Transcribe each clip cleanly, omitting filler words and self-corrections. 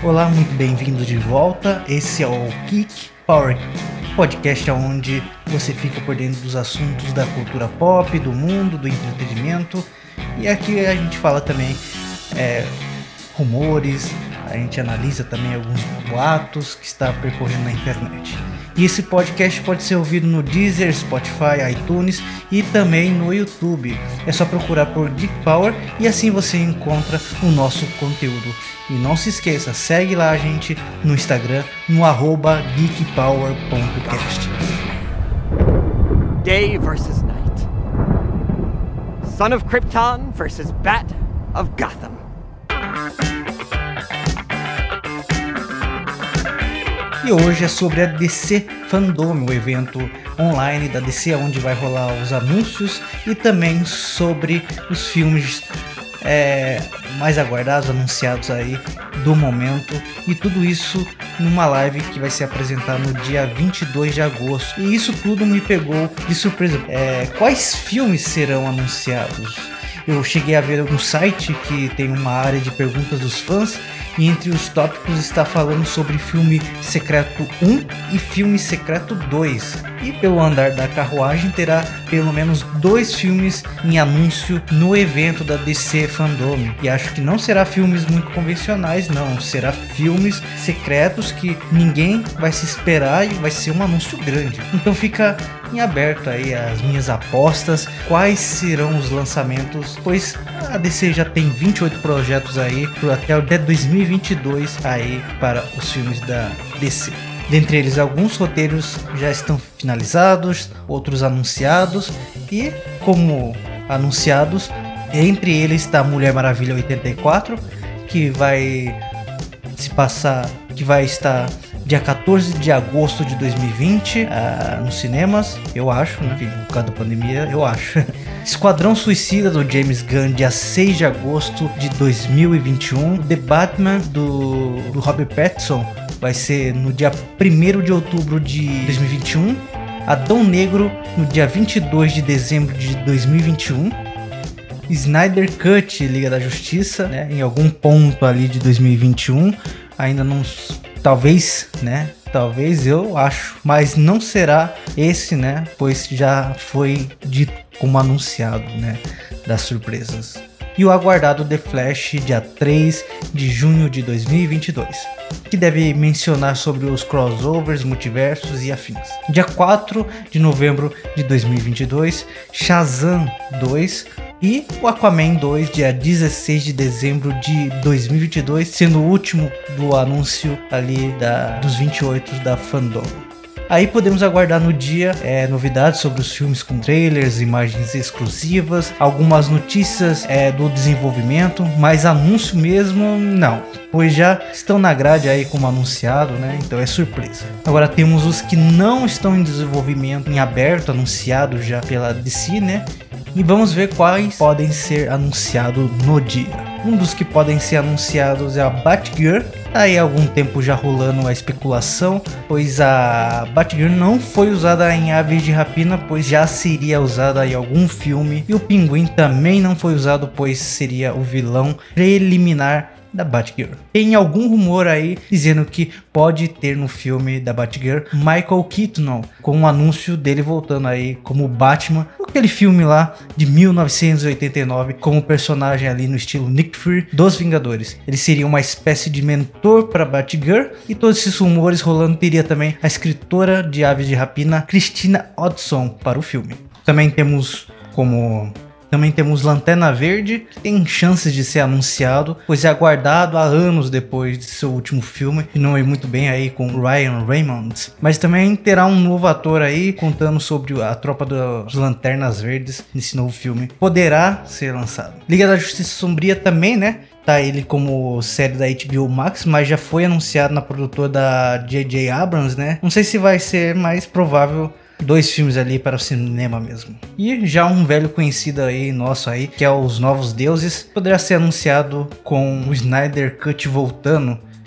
Olá, muito bem-vindos de volta. Esse é o Geek Power Podcast, onde você fica por dentro dos assuntos da cultura pop, do mundo, do entretenimento. E aqui a gente fala também rumores, a gente analisa também alguns boatos que está percorrendo na internet. E esse podcast pode ser ouvido no Deezer, Spotify, iTunes e também no YouTube. É só procurar por Geek Power e assim você encontra o nosso conteúdo. E não se esqueça, segue lá a gente no Instagram, no @geekpower.cast. Day versus night. Son of Krypton versus Bat of Gotham. E hoje é sobre a DC Fandom, o evento online da DC, onde vai rolar os anúncios, e também sobre os filmes mais aguardados, anunciados aí do momento, e tudo isso numa live que vai ser apresentada no dia 22 de agosto. E isso tudo me pegou de surpresa. Quais filmes serão anunciados? Eu cheguei a ver no site que tem uma área de perguntas dos fãs, e entre os tópicos está falando sobre Filme Secreto 1 e Filme Secreto 2. E pelo andar da carruagem terá pelo menos 2 filmes em anúncio no evento da DC Fandom. E acho que não será filmes muito convencionais, não. Será filmes secretos que ninguém vai se esperar e vai ser um anúncio grande. Então fica em aberto aí as minhas apostas, quais serão os lançamentos, pois a DC já tem 28 projetos aí até o 2022 aí para os filmes da DC. Dentre eles, alguns roteiros já estão finalizados, outros anunciados, e como anunciados, entre eles está Mulher Maravilha 84, que vai estar dia 14 de agosto de 2020 nos cinemas, eu acho, né? Por causa da pandemia, eu acho. Esquadrão Suicida do James Gunn, dia 6 de agosto de 2021. The Batman do Robert Pattinson vai ser no dia 1º de outubro de 2021. Adão Negro no dia 22 de dezembro de 2021. Snyder Cut, Liga da Justiça, né? Em algum ponto ali de 2021. Ainda não... Talvez, né? Talvez, eu acho. Mas não será esse, né? Pois já foi dito como anunciado, né? Das surpresas. E o aguardado The Flash, dia 3 de junho de 2022. Que deve mencionar sobre os crossovers, multiversos e afins. Dia 4 de novembro de 2022. Shazam 2. E o Aquaman 2, dia 16 de dezembro de 2022, sendo o último do anúncio ali dos 28 da Fandom. Aí podemos aguardar no dia novidades sobre os filmes com trailers, imagens exclusivas, algumas notícias do desenvolvimento, mas anúncio mesmo não, pois já estão na grade aí como anunciado, né? Então é surpresa. Agora temos os que não estão em desenvolvimento, em aberto, anunciado já pela DC, né? E vamos ver quais podem ser anunciados no dia. Um dos que podem ser anunciados é a Batgirl. Tá aí há algum tempo já rolando a especulação, pois a Batgirl não foi usada em Aves de Rapina, pois já seria usada em algum filme. E o Pinguim também não foi usado, pois seria o vilão preliminar da Batgirl. Tem algum rumor aí dizendo que pode ter no filme da Batgirl Michael Keaton, com um anúncio dele voltando aí como Batman, aquele filme lá de 1989, como personagem ali no estilo Nick Fury dos Vingadores. Ele seria uma espécie de mentor para Batgirl, e todos esses rumores rolando teria também a escritora de Aves de Rapina, Christina Hodson, para o filme. Também temos Lanterna Verde, que tem chances de ser anunciado, pois é aguardado há anos depois de seu último filme, e não é muito bem aí com Ryan Reynolds. Mas também terá um novo ator aí, contando sobre a tropa dos Lanternas Verdes nesse novo filme. Poderá ser lançado. Liga da Justiça Sombria também, né? Tá ele como série da HBO Max, mas já foi anunciado na produtora da J.J. Abrams, né? Não sei se vai ser mais provável 2 filmes ali para o cinema mesmo. E já um velho conhecido aí nosso aí, que é Os Novos Deuses, poderá ser anunciado com o Snyder Cut voltando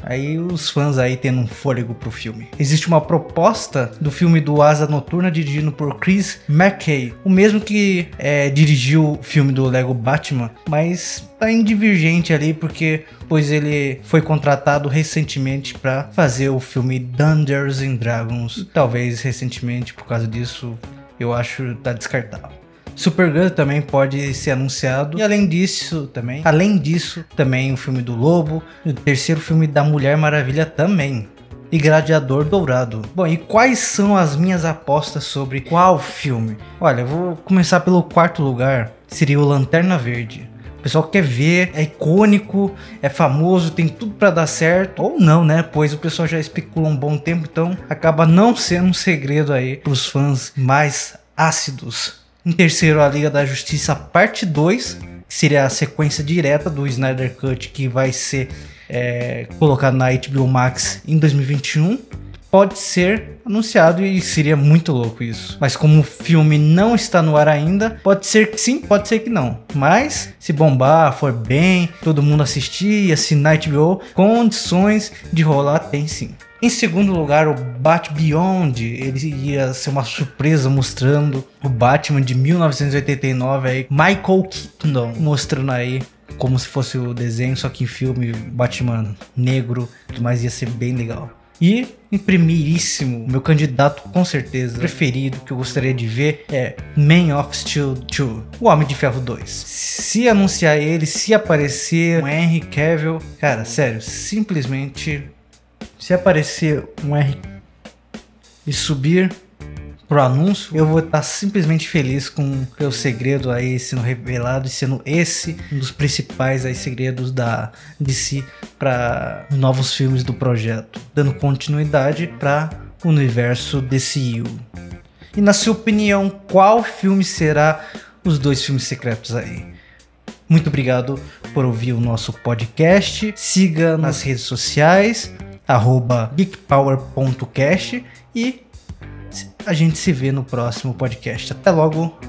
Aí os fãs aí tendo um fôlego pro filme. Existe uma proposta do filme do Asa Noturna, dirigido por Chris McKay, o mesmo que dirigiu o filme do Lego Batman, mas tá indivergente ali pois ele foi contratado recentemente para fazer o filme Dungeons and Dragons. Talvez recentemente, por causa disso, eu acho tá descartável. Supergirl também pode ser anunciado. E além disso também o filme do Lobo, o terceiro filme da Mulher Maravilha também. E Gladiador Dourado. Bom, e quais são as minhas apostas sobre qual filme? Olha, eu vou começar pelo quarto lugar, seria o Lanterna Verde. O pessoal quer ver, é icônico, é famoso, tem tudo pra dar certo. Ou não, né? Pois o pessoal já especula um bom tempo, então acaba não sendo um segredo aí pros fãs mais ácidos. Em terceiro, a Liga da Justiça Parte 2, que seria a sequência direta do Snyder Cut, que vai ser colocado na HBO Max em 2021. Pode ser anunciado e seria muito louco isso. Mas como o filme não está no ar ainda, pode ser que sim, pode ser que não. Mas se bombar, for bem, todo mundo assistir e assinar HBO, condições de rolar tem sim. Em segundo lugar, o Bat Beyond, ele ia ser uma surpresa mostrando o Batman de 1989 aí, Michael Keaton, mostrando aí como se fosse o desenho, só que em filme, Batman negro, mas ia ser bem legal. E em primeiríssimo, meu candidato com certeza preferido que eu gostaria de ver é Man of Steel 2, o Homem de Ferro 2. Se anunciar ele, se aparecer um Henry Cavill, cara, sério, simplesmente se aparecer um Henry e subir pro anúncio, eu vou estar simplesmente feliz com o segredo aí sendo revelado e sendo esse um dos principais aí segredos da DC para novos filmes do projeto, dando continuidade para o universo DCU. E na sua opinião, qual filme será os dois filmes secretos aí? Muito obrigado por ouvir o nosso podcast. Siga nas redes sociais @geekpower.cast e a gente se vê no próximo podcast. Até logo!